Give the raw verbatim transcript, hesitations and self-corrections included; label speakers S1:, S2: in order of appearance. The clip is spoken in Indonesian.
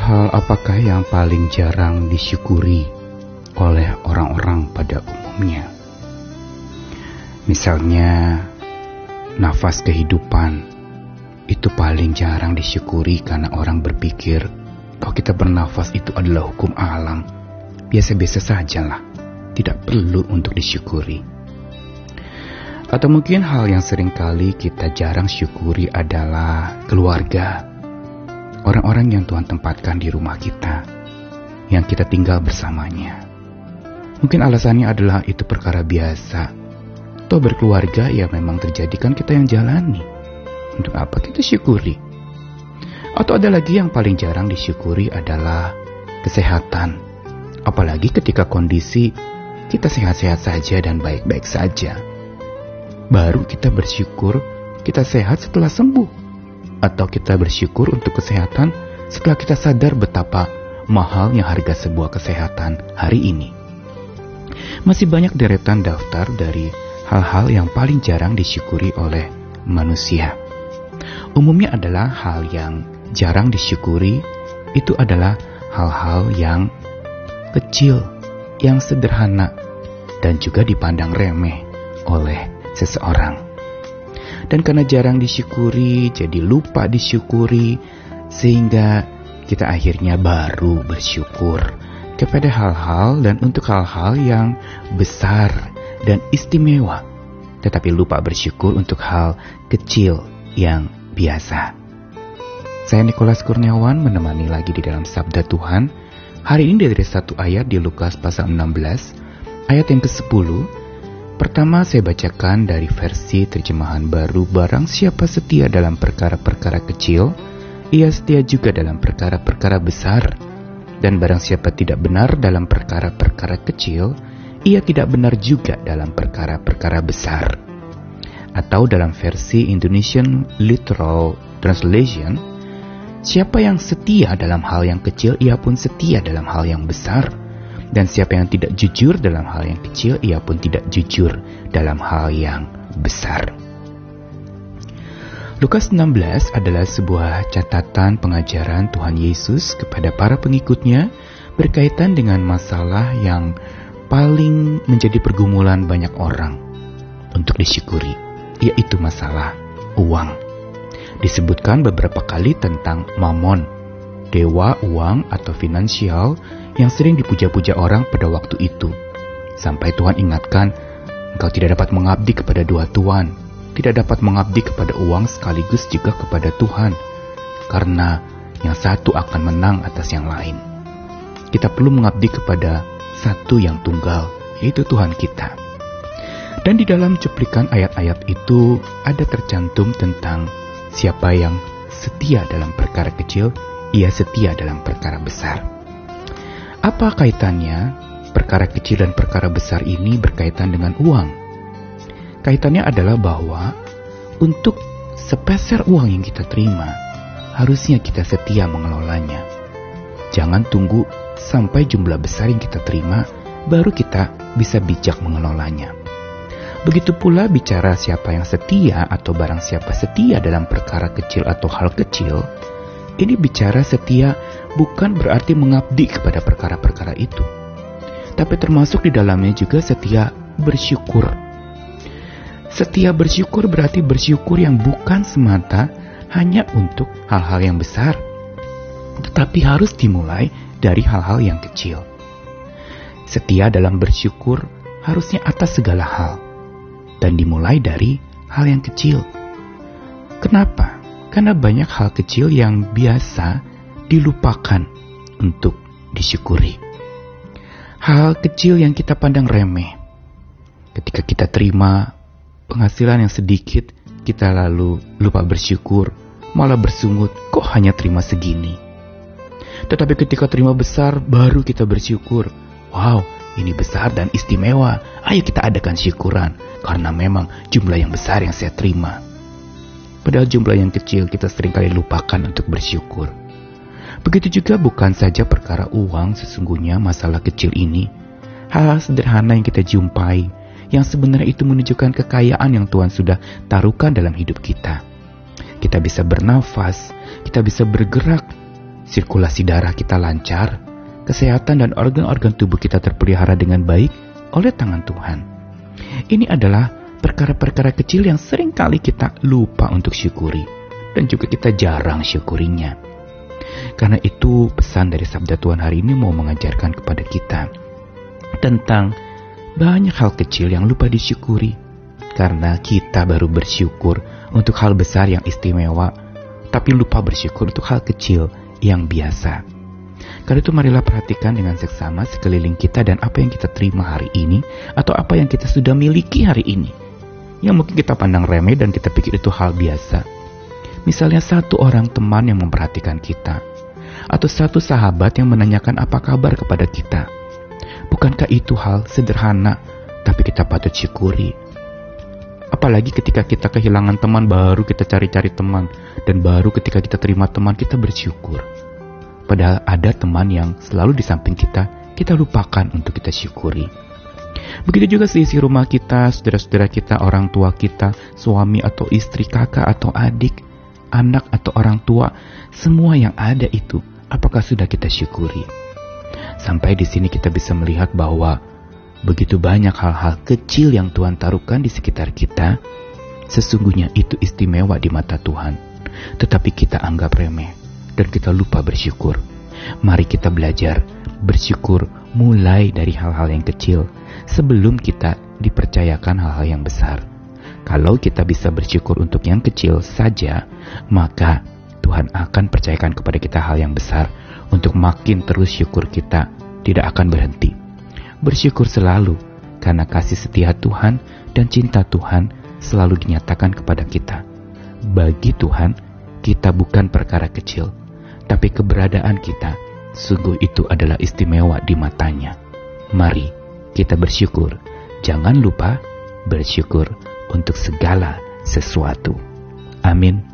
S1: Hal-hal apakah yang paling jarang disyukuri oleh orang-orang pada umumnya? Misalnya, nafas kehidupan itu paling jarang disyukuri karena orang berpikir kalau kita bernafas itu adalah hukum alam. Biasa-biasa sajalah, tidak perlu untuk disyukuri. Atau mungkin hal yang seringkali kita jarang syukuri adalah keluarga. Orang-orang yang Tuhan tempatkan di rumah kita, yang kita tinggal bersamanya. Mungkin alasannya adalah itu perkara biasa. Toh berkeluarga ya memang terjadi, kan kita yang jalani. Untuk apa kita syukuri? Atau ada lagi yang paling jarang disyukuri adalah kesehatan. Apalagi ketika kondisi kita sehat-sehat saja dan baik-baik saja. Baru kita bersyukur kita sehat setelah sembuh. Atau kita bersyukur untuk kesehatan setelah kita sadar betapa mahalnya harga sebuah kesehatan hari ini. Masih banyak deretan daftar dari hal-hal yang paling jarang disyukuri oleh manusia. Umumnya adalah hal yang jarang disyukuri itu adalah hal-hal yang kecil, yang sederhana, dan juga dipandang remeh oleh seseorang. Dan karena jarang disyukuri, jadi lupa disyukuri, sehingga kita akhirnya baru bersyukur kepada hal-hal dan untuk hal-hal yang besar dan istimewa, tetapi lupa bersyukur untuk hal kecil yang biasa. Saya Nikolas Kurniawan menemani lagi di dalam Sabda Tuhan. Hari ini dari satu ayat di Lukas pasal enam belas, ayat yang kesepuluh. Pertama saya bacakan dari versi terjemahan baru. Barang siapa setia dalam perkara-perkara kecil, ia setia juga dalam perkara-perkara besar. Dan barang siapa tidak benar dalam perkara-perkara kecil, ia tidak benar juga dalam perkara-perkara besar. Atau dalam versi Indonesian Literal Translation, siapa yang setia dalam hal yang kecil, ia pun setia dalam hal yang besar. Dan siapa yang tidak jujur dalam hal yang kecil, ia pun tidak jujur dalam hal yang besar. Lukas enam belas adalah sebuah catatan pengajaran Tuhan Yesus kepada para pengikutnya berkaitan dengan masalah yang paling menjadi pergumulan banyak orang untuk disyukuri, yaitu masalah uang. Disebutkan beberapa kali tentang mamon, dewa uang atau finansial yang sering dipuja-puja orang pada waktu itu. Sampai Tuhan ingatkan, engkau tidak dapat mengabdi kepada dua tuan, tidak dapat mengabdi kepada uang sekaligus juga kepada Tuhan, karena yang satu akan menang atas yang lain. Kita perlu mengabdi kepada satu yang tunggal, yaitu Tuhan kita. Dan di dalam cuplikan ayat-ayat itu ada tercantum tentang siapa yang setia dalam perkara kecil, ia setia dalam perkara besar. Apa kaitannya perkara kecil dan perkara besar ini berkaitan dengan uang? Kaitannya adalah bahwa untuk sepeser uang yang kita terima, harusnya kita setia mengelolanya. Jangan tunggu sampai jumlah besar yang kita terima, baru kita bisa bijak mengelolanya. Begitu pula bicara siapa yang setia atau barang siapa setia dalam perkara kecil atau hal kecil, ini bicara setia bukan berarti mengabdi kepada perkara-perkara itu, tapi termasuk di dalamnya juga setia bersyukur. Setia bersyukur berarti bersyukur yang bukan semata hanya untuk hal-hal yang besar, tetapi harus dimulai dari hal-hal yang kecil. Setia dalam bersyukur harusnya atas segala hal, dan dimulai dari hal yang kecil. Kenapa? Karena banyak hal kecil yang biasa dilupakan untuk disyukuri. Hal kecil yang kita pandang remeh. Ketika kita terima penghasilan yang sedikit, kita lalu lupa bersyukur, malah bersungut, kok hanya terima segini. Tetapi ketika terima besar, baru kita bersyukur. Wow, ini besar dan istimewa. Ayo kita adakan syukuran, karena memang jumlah yang besar yang saya terima. Padahal jumlah yang kecil kita seringkali lupakan untuk bersyukur. Begitu juga bukan saja perkara uang, sesungguhnya masalah kecil ini. Hal-hal sederhana yang kita jumpai, yang sebenarnya itu menunjukkan kekayaan yang Tuhan sudah taruhkan dalam hidup kita. Kita bisa bernafas, kita bisa bergerak, sirkulasi darah kita lancar, kesehatan dan organ-organ tubuh kita terpelihara dengan baik oleh tangan Tuhan. Ini adalah perkara-perkara kecil yang seringkali kita lupa untuk syukuri, dan juga kita jarang syukurinya. Karena itu pesan dari sabda Tuhan hari ini mau mengajarkan kepada kita tentang banyak hal kecil yang lupa disyukuri. Karena kita baru bersyukur untuk hal besar yang istimewa, tapi lupa bersyukur untuk hal kecil yang biasa. Karena itu marilah perhatikan dengan seksama sekeliling kita dan apa yang kita terima hari ini, atau apa yang kita sudah miliki hari ini, yang mungkin kita pandang remeh dan kita pikir itu hal biasa. Misalnya satu orang teman yang memperhatikan kita, atau satu sahabat yang menanyakan apa kabar kepada kita. Bukankah itu hal sederhana, tapi kita patut syukuri? Apalagi ketika kita kehilangan teman, baru kita cari-cari teman, dan baru ketika kita terima teman, kita bersyukur. Padahal ada teman yang selalu di samping kita, kita lupakan untuk kita syukuri. Begitu juga seisi rumah kita, saudara-saudara kita, orang tua kita, suami atau istri, kakak atau adik, anak atau orang tua, semua yang ada itu, apakah sudah kita syukuri? Sampai di sini kita bisa melihat bahwa begitu banyak hal-hal kecil yang Tuhan taruhkan di sekitar kita, sesungguhnya itu istimewa di mata Tuhan, tetapi kita anggap remeh dan kita lupa bersyukur. Mari kita belajar bersyukur mulai dari hal-hal yang kecil sebelum kita dipercayakan hal-hal yang besar. Kalau kita bisa bersyukur untuk yang kecil saja, maka Tuhan akan percayakan kepada kita hal yang besar. Untuk makin terus syukur kita tidak akan berhenti. Bersyukur selalu, karena kasih setia Tuhan dan cinta Tuhan selalu dinyatakan kepada kita. Bagi Tuhan, kita bukan perkara kecil, tapi keberadaan kita, sungguh itu adalah istimewa di matanya. Mari kita bersyukur. Jangan lupa bersyukur untuk segala sesuatu. Amin.